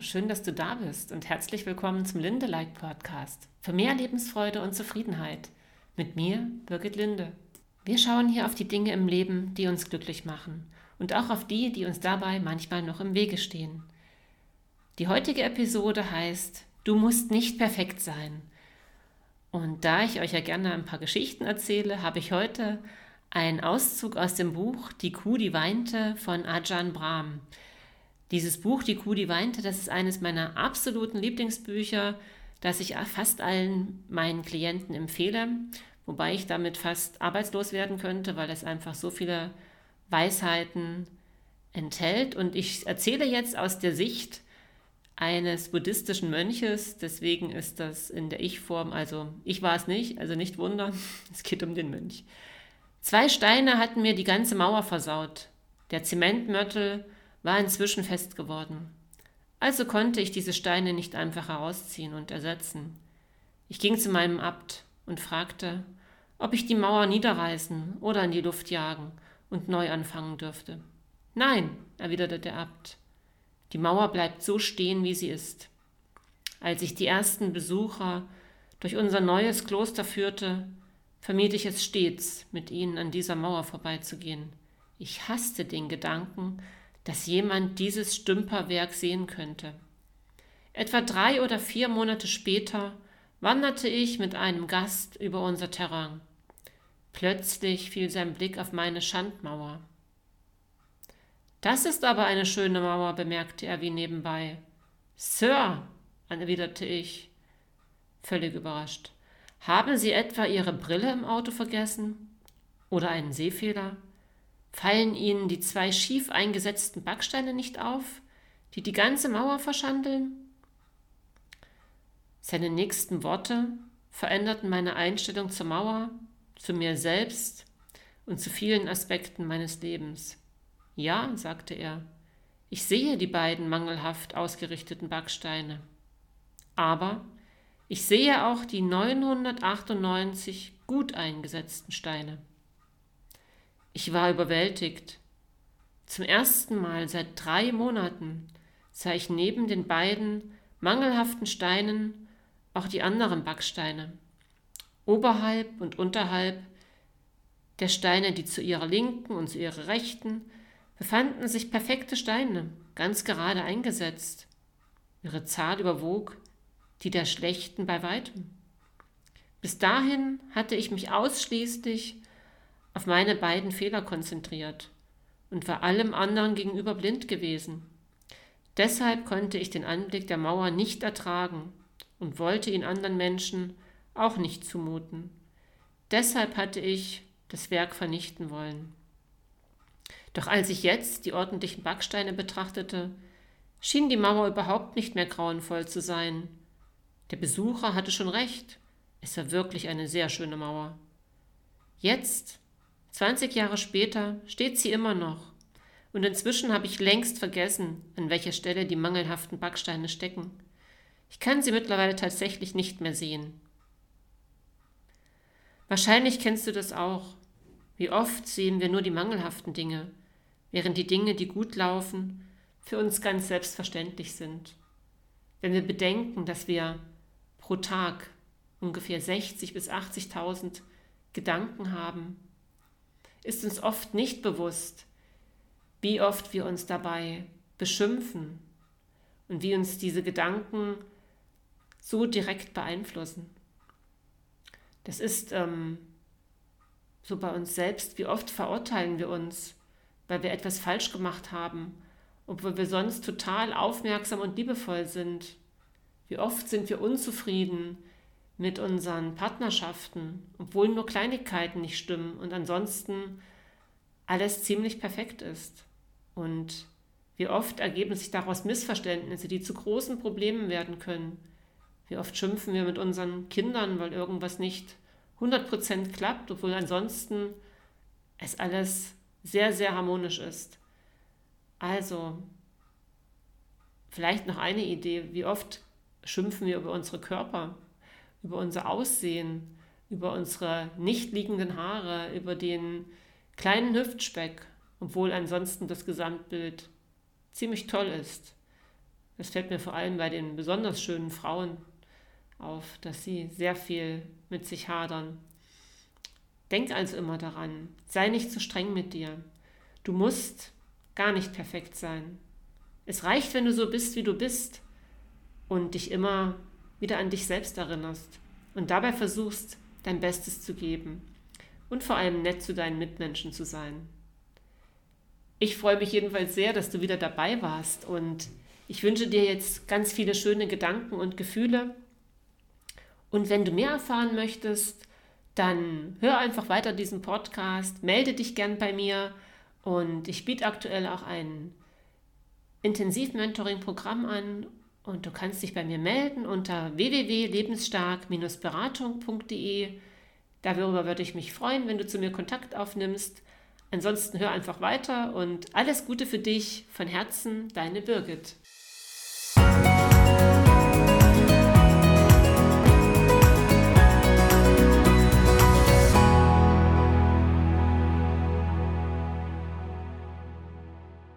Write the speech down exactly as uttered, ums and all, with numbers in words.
schön, dass du da bist und herzlich willkommen zum Linde-Like Podcast für mehr Lebensfreude und Zufriedenheit. Mit mir, Birgit Linde. Wir schauen hier auf die Dinge im Leben, die uns glücklich machen und auch auf die, die uns dabei manchmal noch im Wege stehen. Die heutige Episode heißt, du musst nicht perfekt sein. Und da ich euch ja gerne ein paar Geschichten erzähle, habe ich heute einen Auszug aus dem Buch Die Kuh, die weinte von Ajahn Brahm. Dieses Buch, Die Kuh, die weinte, das ist eines meiner absoluten Lieblingsbücher, das ich fast allen meinen Klienten empfehle, wobei ich damit fast arbeitslos werden könnte, weil es einfach so viele Weisheiten enthält. Und ich erzähle jetzt aus der Sicht eines buddhistischen Mönches, deswegen ist das in der Ich-Form, also ich war es nicht, also nicht wundern, es geht um den Mönch. Zwei Steine hatten mir die ganze Mauer versaut. Der Zementmörtel war inzwischen fest geworden. Also konnte ich diese Steine nicht einfach herausziehen und ersetzen. Ich ging zu meinem Abt und fragte, ob ich die Mauer niederreißen oder in die Luft jagen und neu anfangen dürfte. Nein, erwiderte der Abt. Die Mauer bleibt so stehen, wie sie ist. Als ich die ersten Besucher durch unser neues Kloster führte, vermied ich es stets, mit ihnen an dieser Mauer vorbeizugehen. Ich hasste den Gedanken, dass jemand dieses Stümperwerk sehen könnte. Etwa drei oder vier Monate später wanderte ich mit einem Gast über unser Terrain. Plötzlich fiel sein Blick auf meine Schandmauer. »Das ist aber eine schöne Mauer«, bemerkte er wie nebenbei. »Sir«, erwiderte ich, völlig überrascht, »haben Sie etwa Ihre Brille im Auto vergessen? Oder einen Sehfehler? Fallen Ihnen die zwei schief eingesetzten Backsteine nicht auf, die die ganze Mauer verschandeln?« Seine nächsten Worte veränderten meine Einstellung zur Mauer, zu mir selbst und zu vielen Aspekten meines Lebens. »Ja«, sagte er, »ich sehe die beiden mangelhaft ausgerichteten Backsteine. Aber ich sehe auch die neunhundertachtundneunzig gut eingesetzten Steine.« Ich war überwältigt. Zum ersten Mal seit drei Monaten sah ich neben den beiden mangelhaften Steinen auch die anderen Backsteine. Oberhalb und unterhalb der Steine, die zu ihrer Linken und zu ihrer Rechten, befanden sich perfekte Steine, ganz gerade eingesetzt. Ihre Zahl überwog die der schlechten bei weitem. Bis dahin hatte ich mich ausschließlich auf meine beiden Fehler konzentriert und war allem anderen gegenüber blind gewesen. Deshalb konnte ich den Anblick der Mauer nicht ertragen und wollte ihn anderen Menschen auch nicht zumuten. Deshalb hatte ich das Werk vernichten wollen. Doch als ich jetzt die ordentlichen Backsteine betrachtete, schien die Mauer überhaupt nicht mehr grauenvoll zu sein. Der Besucher hatte schon recht, es war wirklich eine sehr schöne Mauer. Jetzt, zwanzig Jahre später, steht sie immer noch. Und inzwischen habe ich längst vergessen, an welcher Stelle die mangelhaften Backsteine stecken. Ich kann sie mittlerweile tatsächlich nicht mehr sehen. Wahrscheinlich kennst du das auch. Wie oft sehen wir nur die mangelhaften Dinge, während die Dinge, die gut laufen, für uns ganz selbstverständlich sind. Wenn wir bedenken, dass wir pro Tag ungefähr sechzigtausend bis achtzigtausend Gedanken haben, ist uns oft nicht bewusst, wie oft wir uns dabei beschimpfen und wie uns diese Gedanken so direkt beeinflussen. Das ist ähm, so bei uns selbst, wie oft verurteilen wir uns, weil wir etwas falsch gemacht haben, obwohl wir sonst total aufmerksam und liebevoll sind. Wie oft sind wir unzufrieden mit unseren Partnerschaften, obwohl nur Kleinigkeiten nicht stimmen und ansonsten alles ziemlich perfekt ist. Und wie oft ergeben sich daraus Missverständnisse, die zu großen Problemen werden können. Wie oft schimpfen wir mit unseren Kindern, weil irgendwas nicht hundert Prozent klappt, obwohl ansonsten es alles sehr, sehr harmonisch ist. Also, vielleicht noch eine Idee, wie oft schimpfen wir über unsere Körper, über unser Aussehen, über unsere nicht liegenden Haare, über den kleinen Hüftspeck, obwohl ansonsten das Gesamtbild ziemlich toll ist. Das fällt mir vor allem bei den besonders schönen Frauen auf, dass sie sehr viel mit sich hadern. Denk also immer daran, sei nicht zu streng mit dir. Du musst gar nicht perfekt sein. Es reicht, wenn du so bist, wie du bist und dich immer wieder an dich selbst erinnerst und dabei versuchst, dein Bestes zu geben und vor allem nett zu deinen Mitmenschen zu sein. Ich freue mich jedenfalls sehr, dass du wieder dabei warst und ich wünsche dir jetzt ganz viele schöne Gedanken und Gefühle. Und wenn du mehr erfahren möchtest, dann hör einfach weiter diesen Podcast, melde dich gern bei mir und ich biete aktuell auch ein Intensiv-Mentoring-Programm an und du kannst dich bei mir melden unter w w w punkt lebensstark Bindestrich beratung punkt d e. Darüber würde ich mich freuen, wenn du zu mir Kontakt aufnimmst. Ansonsten hör einfach weiter und alles Gute für dich. Von Herzen, deine Birgit.